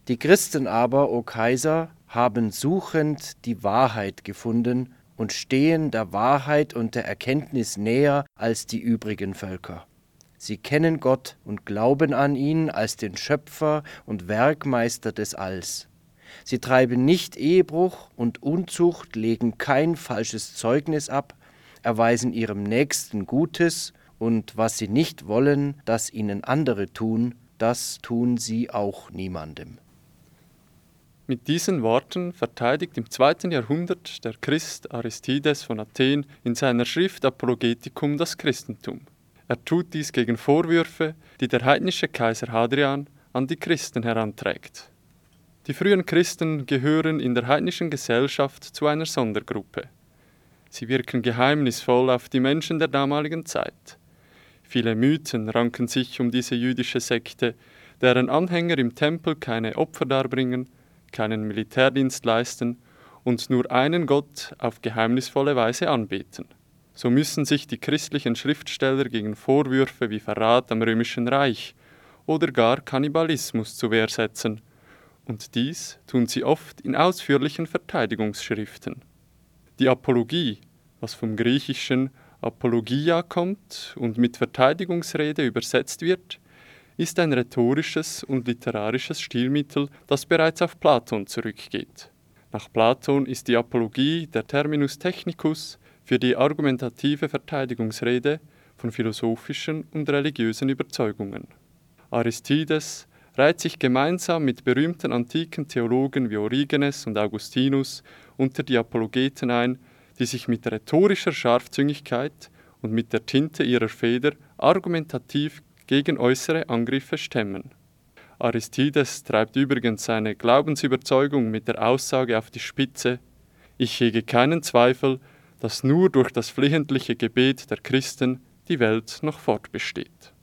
Die Christen aber, o Kaiser, haben suchend die Wahrheit gefunden und stehen der Wahrheit und der Erkenntnis näher als die übrigen Völker. Sie kennen Gott und glauben an ihn als den Schöpfer und Werkmeister des Alls. Sie treiben nicht Ehebruch und Unzucht, legen kein falsches Zeugnis ab, erweisen ihrem Nächsten Gutes, und was sie nicht wollen, dass ihnen andere tun, das tun sie auch niemandem. Mit diesen Worten verteidigt im 2. Jahrhundert der Christ Aristides von Athen in seiner Schrift Apologeticum das Christentum. Er tut dies gegen Vorwürfe, die der heidnische Kaiser Hadrian an die Christen heranträgt. Die frühen Christen gehören in der heidnischen Gesellschaft zu einer Sondergruppe. Sie wirken geheimnisvoll auf die Menschen der damaligen Zeit. Viele Mythen ranken sich um diese jüdische Sekte, deren Anhänger im Tempel keine Opfer darbringen, keinen Militärdienst leisten und nur einen Gott auf geheimnisvolle Weise anbeten. So müssen sich die christlichen Schriftsteller gegen Vorwürfe wie Verrat am Römischen Reich oder gar Kannibalismus zur Wehr setzen. Und dies tun sie oft in ausführlichen Verteidigungsschriften. Die Apologie, was vom griechischen Apologia kommt und mit Verteidigungsrede übersetzt wird, ist ein rhetorisches und literarisches Stilmittel, das bereits auf Platon zurückgeht. Nach Platon ist die Apologie der Terminus technicus für die argumentative Verteidigungsrede von philosophischen und religiösen Überzeugungen. Aristides reiht sich gemeinsam mit berühmten antiken Theologen wie Origenes und Augustinus unter die Apologeten ein, die sich mit rhetorischer Scharfzüngigkeit und mit der Tinte ihrer Feder argumentativ gegen äußere Angriffe stemmen. Aristides treibt übrigens seine Glaubensüberzeugung mit der Aussage auf die Spitze: Ich hege keinen Zweifel, dass nur durch das flehentliche Gebet der Christen die Welt noch fortbesteht.